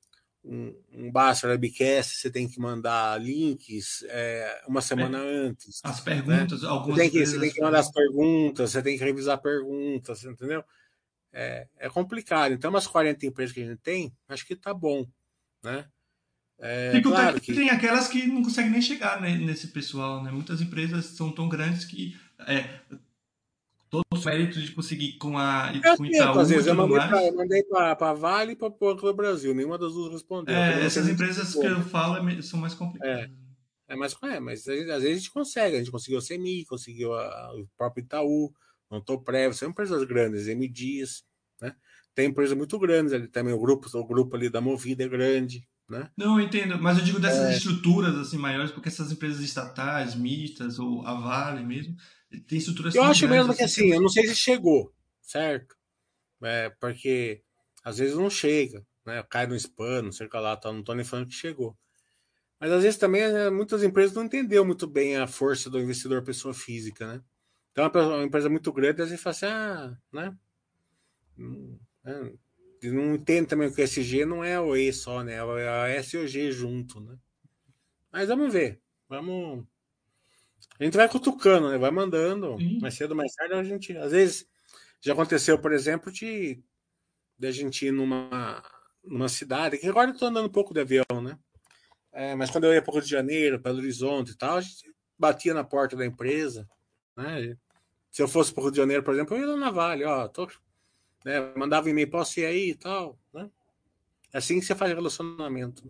B: um, um Bachelor Webcast, você tem que mandar links é, uma semana antes,
A: As
B: né?
A: perguntas,
B: Você
A: algumas
B: tem, que, você tem
A: empresas
B: que mandar as
A: pedem.
B: perguntas, você tem que revisar perguntas, entendeu? É, é complicado. Então, umas quarenta empresas que a gente tem, acho que tá bom, né? É
A: Sem contar
B: claro
A: que
B: que
A: tem aquelas que não conseguem nem chegar né, nesse pessoal, né? Muitas empresas são tão grandes que é, todo o mérito de conseguir com, a,
B: eu
A: com
B: tento, às
A: Itaú e
B: vezes, eu
A: tudo
B: mandei para
A: mais.
B: eu mandei para Vale e para Banco do Brasil, nenhuma das duas respondeu. Eu também
A: É,
B: não sei
A: essas
B: muito
A: empresas que eu
B: como.
A: falo é me- são mais
B: É,
A: complicadas.
B: é mas, é, mas às vezes a gente consegue, a gente conseguiu a CEMI, conseguiu a, o próprio Itaú, Montou Prévio, são empresas grandes, M Dias, né? Tem empresas muito grandes ali também, o grupo, o grupo ali da Movida é grande, né?
A: Não, eu entendo, mas eu digo dessas estruturas assim maiores, porque essas empresas estatais, mistas, ou a Vale mesmo, tem estruturas
B: Eu
A: tão
B: acho
A: grandes
B: mesmo que
A: assim que é
B: assim, eu
A: muito
B: não sei se
A: complicado.
B: chegou, certo? É, porque às vezes não chega, né? Cai no spam, não sei o que lá, tá, não tô nem falando que chegou. Mas às vezes também é, muitas empresas não entenderam muito bem a força do investidor pessoa física, né? Então uma, pessoa- uma empresa muito grande, às vezes fala assim, ah, né? Hum, é, e não entende também que o S G não é o E só, né? É a S e o G junto, né? Mas vamos ver. Vamos. A gente vai cutucando, né? Vai mandando.
A: Sim.
B: Mais cedo ou mais tarde a gente. Às vezes já aconteceu, por exemplo, de, de a gente ir numa, numa cidade, que agora eu tô andando um pouco de avião, né? É, mas quando eu ia para o Rio de Janeiro, Belo Horizonte e tal, a gente batia na porta da empresa, né? Se eu fosse para o Rio de Janeiro, por exemplo, eu ia lá na Vale, ó, tô, né, mandava um e-mail, posso ir aí e tal, né? É assim que você faz relacionamento.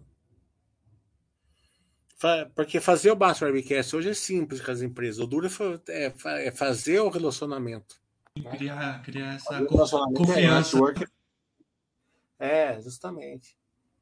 B: Porque fazer o Bass Webcast hoje é simples com as empresas. O duro é, é fazer o relacionamento. Né?
A: Criar, criar essa
B: Fazer o
A: conf-
B: relacionamento é
A: confiança.
B: network. É, justamente.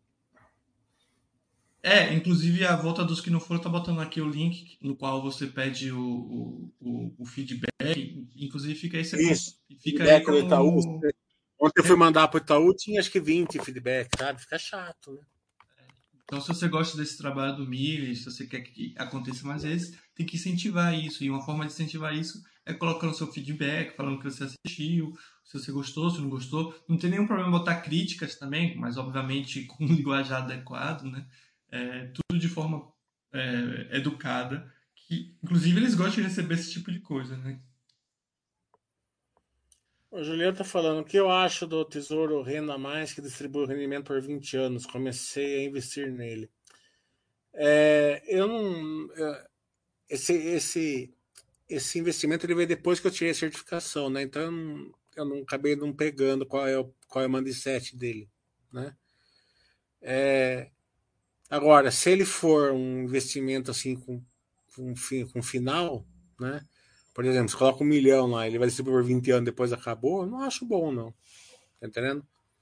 A: É, inclusive a volta dos que não foram tá botando aqui o link no qual você pede o, o, o, o feedback. Inclusive fica aí,
B: Isso.
A: fica aí
B: Feedback do Itaú.
A: como.
B: Ontem eu fui mandar para o Itaú, tinha acho que vinte feedback, sabe? Fica chato, né?
A: Então, se você gosta desse trabalho do Mili, se você quer que aconteça mais vezes, tem que incentivar isso. E uma forma de incentivar isso é colocando seu feedback, falando que você assistiu, se você gostou, se não gostou. Não tem nenhum problema botar críticas também, mas obviamente com um linguajar adequado, né? É, tudo de forma é, educada, que inclusive eles gostam de receber esse tipo de coisa, né?
B: O Juliano tá falando o que eu acho do Tesouro Renda Mais que distribui o rendimento por vinte anos. Comecei a investir nele. É, eu não. eu- esse, esse, esse investimento ele veio depois que eu tirei a certificação, né? Então eu não, eu não acabei não pegando qual é o, qual é o mindset dele, né? Agora, se ele for um investimento assim com, com, com final, né? Por exemplo, você coloca um milhão lá, ele vai distribuir por vinte anos, depois acabou, eu não acho bom, não. Tá entendendo?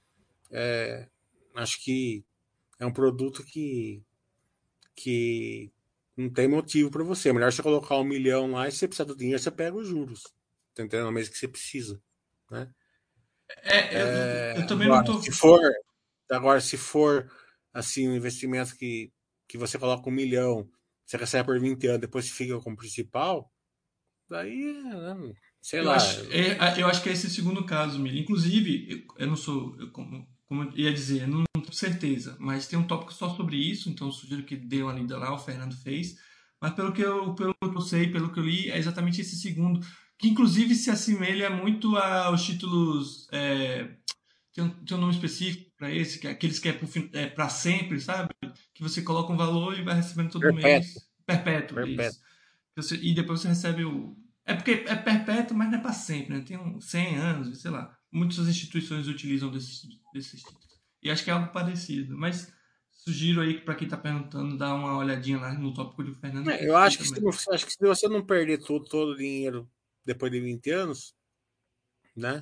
B: Acho que é um produto que, que não tem motivo para você. É melhor você colocar um milhão lá e se você precisar do dinheiro, você pega os juros. Tá entendendo? Mesmo que você precisa. Né?
A: É, eu, eu também não
B: Agora,
A: tô.
B: se for, agora, se for assim, um investimento que, que você coloca um milhão, você recebe por vinte anos, depois você fica como principal, daí, né, sei
A: Eu
B: lá.
A: acho, é, eu acho que é esse segundo caso, Mili. Inclusive, eu, eu não sou, eu, como, como eu ia dizer, eu não tenho certeza, mas tem um tópico só sobre isso, então eu sugiro que dê uma lida lá, o Fernando fez. Mas pelo que eu, pelo que eu sei, pelo que eu li, é exatamente esse segundo, que inclusive se assemelha muito aos títulos. É, tem, um, tem um nome específico para esse, que é aqueles que é para é, sempre, sabe? Que você coloca um valor e vai recebendo todo
B: Perpétuo,
A: mês. Perpétuo, isso.
B: perpétuo.
A: Você, e depois você recebe o. É porque é perpétuo, mas não é para sempre, né? Tem uns cem anos, sei lá. Muitas instituições utilizam desses, desses títulos. E acho que é algo parecido. Mas sugiro aí para quem está perguntando dar uma olhadinha lá no tópico do Fernando, que
B: É, eu acho
A: explica
B: que, se,
A: melhor.
B: acho que se você não perder tudo, todo o dinheiro depois de vinte anos, né?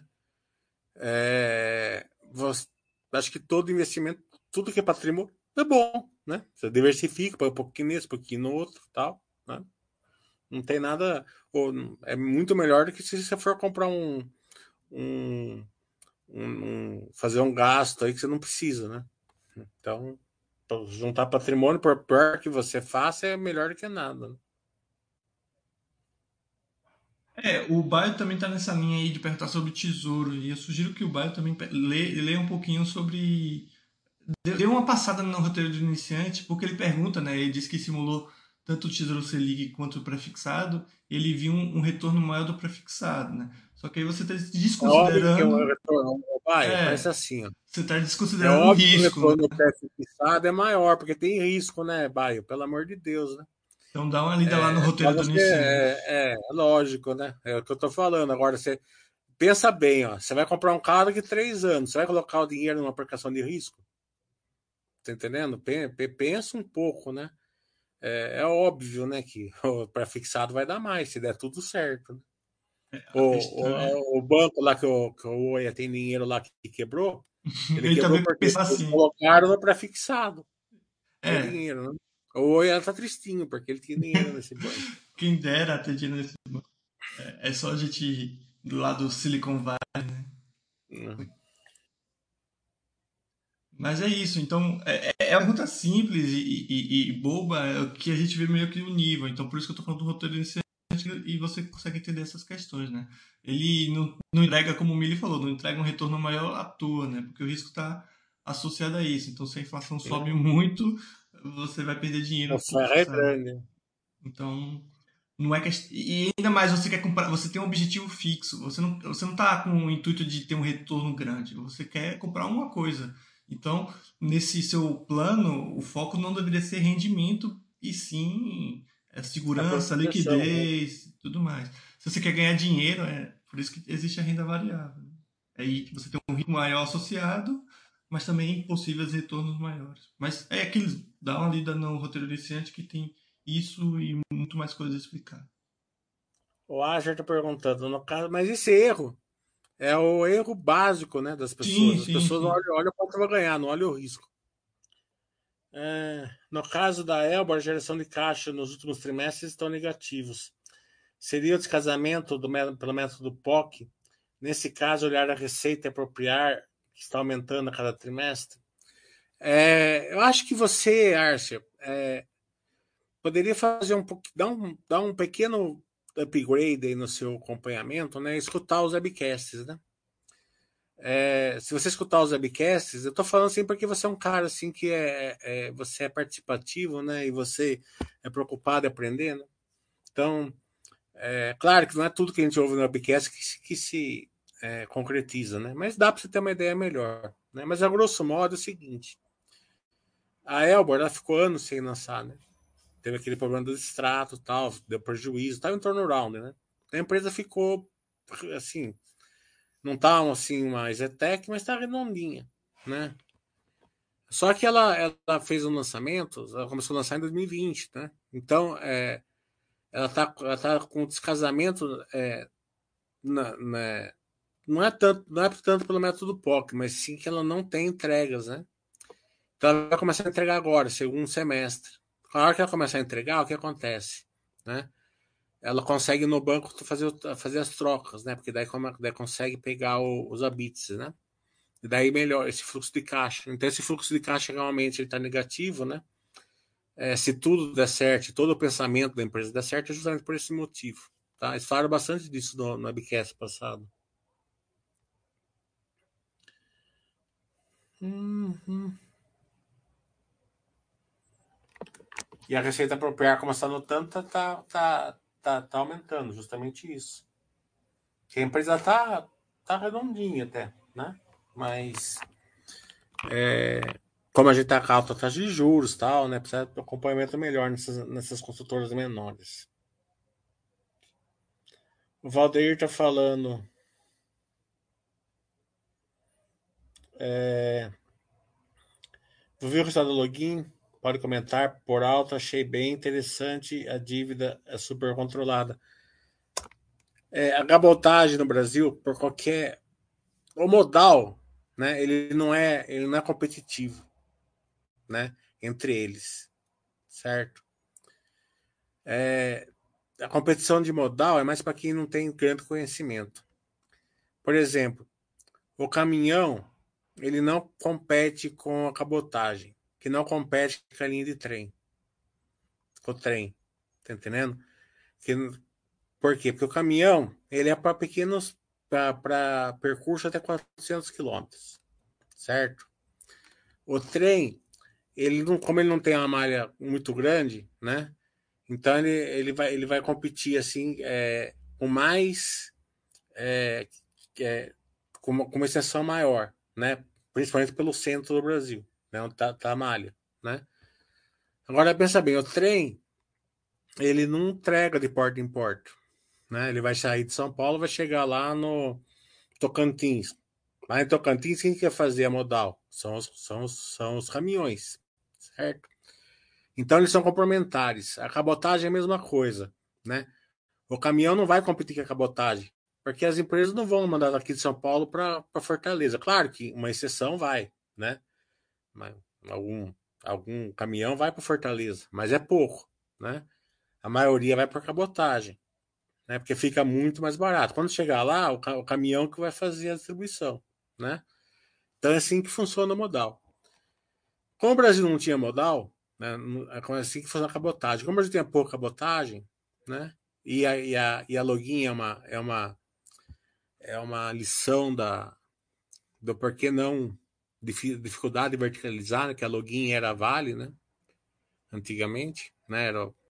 B: É, você, acho que todo investimento, tudo que é patrimônio, é bom, né? Você diversifica, põe um pouquinho nesse, um pouquinho no outro, tal, né? Não tem nada, ou, é muito melhor do que se você for comprar um, um, um, um fazer um gasto aí que você não precisa, né? Então, juntar patrimônio, por pior que você faça, é melhor do que nada. Né?
A: É, o Baio também está nessa linha aí de perguntar sobre tesouro. E eu sugiro que o Baio também leia, leia um pouquinho sobre Deu deu uma passada no roteiro do iniciante, porque ele pergunta, né? Ele diz que simulou tanto o Tesouro Selic quanto o prefixado, e ele viu um, um retorno maior do prefixado, né? Só que aí você está
B: É óbvio que o
A: desconsiderando,
B: retorno, vai,
A: é,
B: pensa assim, ó.
A: você está
B: É
A: desconsiderando o
B: óbvio que o
A: risco, né?
B: retorno pré-fixado é maior, porque tem risco, né, Baio? Pelo amor de Deus, né?
A: Então dá uma lida lá no
B: É só
A: roteiro do
B: você.
A: iniciante.
B: É, é, é lógico, né? É o que eu tô falando. Agora, você pensa bem, ó. Você vai comprar um carro daqui a três anos. Você vai colocar o dinheiro numa aplicação de risco? Tá entendendo? Pensa um pouco, né? É, é óbvio, né, que o pré-fixado vai dar mais, se der tudo certo, né? O,
A: A questão é.
B: o, o banco lá que o, que o Oia tem dinheiro lá que quebrou, ele
A: Ele
B: quebrou
A: também
B: porque
A: pensa
B: eles
A: assim.
B: colocaram no pré-fixado o
A: É,
B: dinheiro, né? O Oia tá tristinho, porque ele tinha dinheiro nesse banco.
A: quem dera ter dinheiro nesse. É, é só a gente ir do lado do Silicon Valley.
B: Né?
A: Mas é isso, então é, é é uma pergunta simples e, e- e boba é que a gente vê meio que o nível. Então por isso que eu tô falando do roteiro iniciante e você consegue entender essas questões, né? Ele não, não entrega, como o Mili falou, não entrega um retorno maior à toa, né? Porque o risco está associado a isso. Então se a inflação sobe
B: Né?
A: muito, você vai perder dinheiro
B: O
A: no curto
B: ferro é
A: prazo.
B: grande.
A: Então não é quest... E ainda mais você quer comprar, você tem um objetivo fixo. Você não, você não tá com o intuito de ter um retorno grande. Você quer comprar uma coisa. Então, nesse seu plano, o foco não deveria ser rendimento, e sim é,
B: A
A: segurança,
B: proteção, né?
A: liquidez, tudo mais. Se você quer ganhar dinheiro, é por isso que existe a renda variável. Aí você tem um risco maior associado, mas também possíveis retornos maiores. Mas é aquilo, dá uma lida no roteiro iniciante que tem isso e muito mais coisas a explicar.
B: O Asher tá perguntando, no caso, mas esse erro é o erro básico, né, das
A: Sim,
B: pessoas. As
A: sim,
B: pessoas
A: sim.
B: olham, olham quanto vai ganhar, não olham o risco. É, no caso da Elba, a geração de caixa nos últimos trimestres estão negativos. Seria o descasamento do, pelo método P O C? Nesse caso, olhar a receita e apropriar, que está aumentando a cada trimestre? É, eu acho que você, Arcia, é, poderia fazer um pouquinho, dar um, dar um pequeno upgrade aí no seu acompanhamento, né? Escutar os webcasts, né? É, se você escutar os webcasts, eu tô falando assim porque você é um cara assim que é, é você é participativo, né? E você é preocupado em aprender, né? Então, é claro que não é tudo que a gente ouve no webcast que se, que se é, concretiza, né? Mas dá para você ter uma ideia melhor, né? Mas a grosso modo é o seguinte: a Elbor ela ficou anos sem lançar, né? Teve aquele problema do extrato, tal, deu prejuízo, tava em turnaround, né? A empresa ficou assim, não tá assim uma Zetec, mas tá redondinha, né? Só que ela, ela fez um lançamento, ela começou a lançar em dois mil e vinte, né? Então, é, ela tá, ela tá com descasamento, é, na, na, não é tanto, não é tanto pelo método P O C, mas sim que ela não tem entregas, né? Então ela vai começar a entregar agora, segundo semestre. A hora que ela começar a entregar, o que acontece, né? Ela consegue no banco fazer, fazer as trocas, né? Porque daí, daí consegue pegar o, os habits, né? E daí melhor esse fluxo de caixa. Então esse fluxo de caixa realmente está negativo, né? É, se tudo der certo, todo o pensamento da empresa der certo, é justamente por esse motivo. Tá? Eles falaram bastante disso no, no webcast passado. Uhum. E a receita apropriar, como está notando, tá, tá, tá, tá, tá aumentando, justamente isso. Que a empresa tá, tá redondinha até, né? Mas como a gente tá com alta taxa de juros e tal, né? Precisa de um acompanhamento melhor nessas, nessas construtoras menores. O Valdeir tá falando. É, vou ver o resultado do login. Pode comentar por alto, achei bem interessante. A dívida é super controlada. É, a cabotagem no Brasil, por qualquer. O modal, né? Ele não é, ele não é competitivo, né? Entre eles, certo? É, a competição de modal é mais para quem não tem grande conhecimento. Por exemplo, o caminhão ele não compete com a cabotagem, que não compete com a linha de trem, com o trem, tá entendendo? Que, por quê? Porque o caminhão ele é para pequenos, para percurso até quatrocentos quilômetros, certo? o trem, ele não, como ele não tem uma malha muito grande, né? Então ele, ele, vai, ele vai competir assim é, com mais é, é, com, uma, com uma extensão maior, né? Principalmente pelo centro do Brasil, né? Onde tá, tá a malha, né? Agora pensa bem, o trem ele não entrega de porta em porta, né? Ele vai sair de São Paulo, vai chegar lá no Tocantins. Lá em Tocantins, quem quer fazer a modal? São os, são os, são os caminhões, certo? Então eles são complementares. A cabotagem é a mesma coisa, né? O caminhão não vai competir com a cabotagem, porque as empresas não vão mandar daqui de São Paulo para Fortaleza. Claro que uma exceção vai, né? Mas algum, algum caminhão vai para Fortaleza, mas é pouco, né? A maioria vai para cabotagem, né? Porque fica muito mais barato. Quando chegar lá, o, o caminhão que vai fazer a distribuição, né? Então é assim que funciona o modal. Como o Brasil não tinha modal, né? É assim que funciona a cabotagem. Como o Brasil tinha pouca cabotagem, né? E a, e a, e a login é uma, é uma, é uma lição da, do porquê não dificuldade de verticalizar, né? Que a login era a Vale, né? Antigamente, né? Era